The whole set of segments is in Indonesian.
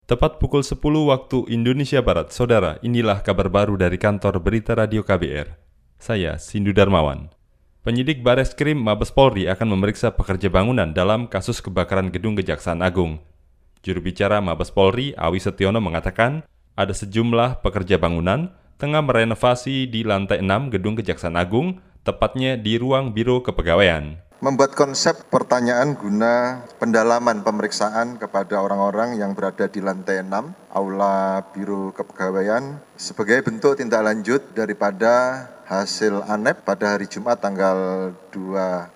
Tepat pukul 10 waktu Indonesia Barat, Saudara, inilah kabar baru dari kantor Berita Radio KBR. Saya, Sindu Darmawan. Penyidik Bareskrim Mabes Polri akan memeriksa pekerja bangunan dalam kasus kebakaran gedung Kejaksaan Agung. Juru bicara Mabes Polri, Awi Setiono, mengatakan ada sejumlah pekerja bangunan tengah merenovasi di lantai 6 gedung Kejaksaan Agung, tepatnya di ruang Biro Kepegawaian. Membuat konsep pertanyaan guna pendalaman pemeriksaan kepada orang-orang yang berada di lantai 6, Aula Biro Kepegawaian, sebagai bentuk tindak lanjut daripada hasil ANEP pada hari Jumat tanggal 2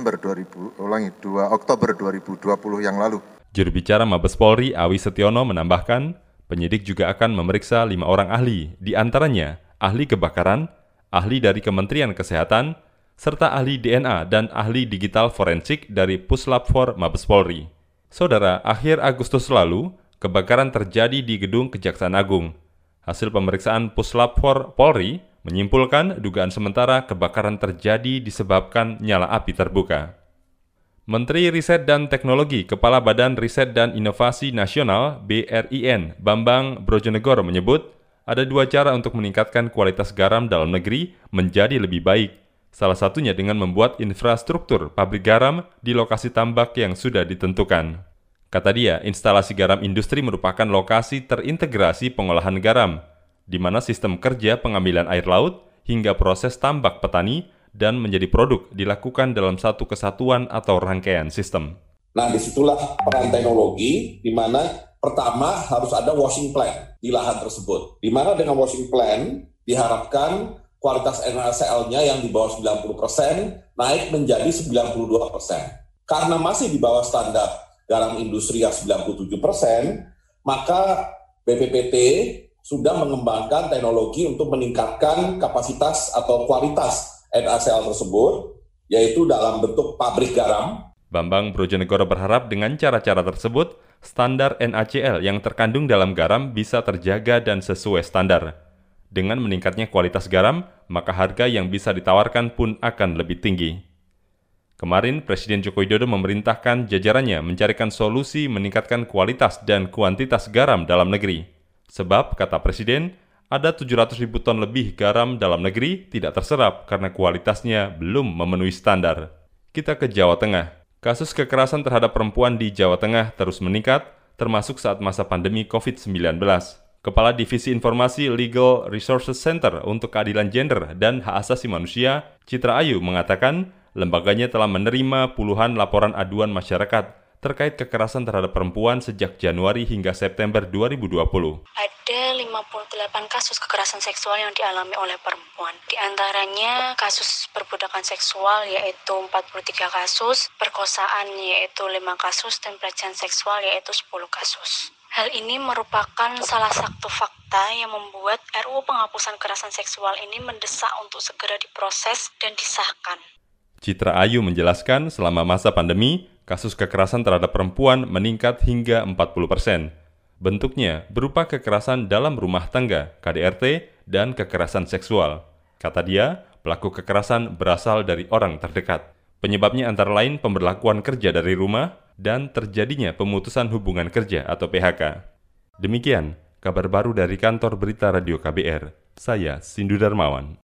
Oktober 2020 yang lalu. Juru bicara Mabes Polri, Awi Setiono, menambahkan, penyidik juga akan memeriksa 5 orang ahli, di antaranya ahli kebakaran, ahli dari Kementerian Kesehatan, serta ahli DNA dan ahli digital forensik dari Puslap 4 Mabes Polri. Saudara, akhir Agustus lalu, kebakaran terjadi di gedung Kejaksaan Agung. Hasil pemeriksaan Puslap 4 Polri menyimpulkan dugaan sementara kebakaran terjadi disebabkan nyala api terbuka. Menteri Riset dan Teknologi, Kepala Badan Riset dan Inovasi Nasional (BRIN), Bambang Brojonegoro menyebut, ada 2 cara untuk meningkatkan kualitas garam dalam negeri menjadi lebih baik. Salah satunya dengan membuat infrastruktur pabrik garam di lokasi tambak yang sudah ditentukan. Kata dia, instalasi garam industri merupakan lokasi terintegrasi pengolahan garam, di mana sistem kerja pengambilan air laut hingga proses tambak petani dan menjadi produk dilakukan dalam satu kesatuan atau rangkaian sistem. Nah, disitulah peran teknologi, di mana pertama harus ada washing plant di lahan tersebut. Di mana dengan washing plant diharapkan kualitas NaCl-nya yang di bawah 90% naik menjadi 92%. Karena masih di bawah standar garam industri yang 97%, maka BPPT sudah mengembangkan teknologi untuk meningkatkan kapasitas atau kualitas NaCl tersebut, yaitu dalam bentuk pabrik garam. Bambang Brojonegoro berharap dengan cara-cara tersebut, standar NaCl yang terkandung dalam garam bisa terjaga dan sesuai standar. Dengan meningkatnya kualitas garam, maka harga yang bisa ditawarkan pun akan lebih tinggi. Kemarin, Presiden Joko Widodo memerintahkan jajarannya mencarikan solusi meningkatkan kualitas dan kuantitas garam dalam negeri. Sebab, kata Presiden, ada 700.000 ton lebih garam dalam negeri tidak terserap karena kualitasnya belum memenuhi standar. Kita ke Jawa Tengah. Kasus kekerasan terhadap perempuan di Jawa Tengah terus meningkat, termasuk saat masa pandemi COVID-19. Kepala Divisi Informasi Legal Resources Center untuk Keadilan Gender dan Hak Asasi Manusia, Citra Ayu, mengatakan lembaganya telah menerima puluhan laporan aduan masyarakat terkait kekerasan terhadap perempuan sejak Januari hingga September 2020. Ada 58 kasus kekerasan seksual yang dialami oleh perempuan. Di antaranya kasus perbudakan seksual yaitu 43 kasus, perkosaan yaitu 5 kasus, dan pelecehan seksual yaitu 10 kasus. Hal ini merupakan salah satu fakta yang membuat RUU penghapusan kekerasan seksual ini mendesak untuk segera diproses dan disahkan. Citra Ayu menjelaskan selama masa pandemi, kasus kekerasan terhadap perempuan meningkat hingga 40%. Bentuknya berupa kekerasan dalam rumah tangga, KDRT, dan kekerasan seksual. Kata dia, pelaku kekerasan berasal dari orang terdekat. Penyebabnya antara lain pemberlakuan kerja dari rumah dan terjadinya pemutusan hubungan kerja atau PHK. Demikian kabar baru dari kantor Berita Radio KBR. Saya, Sindu Darmawan.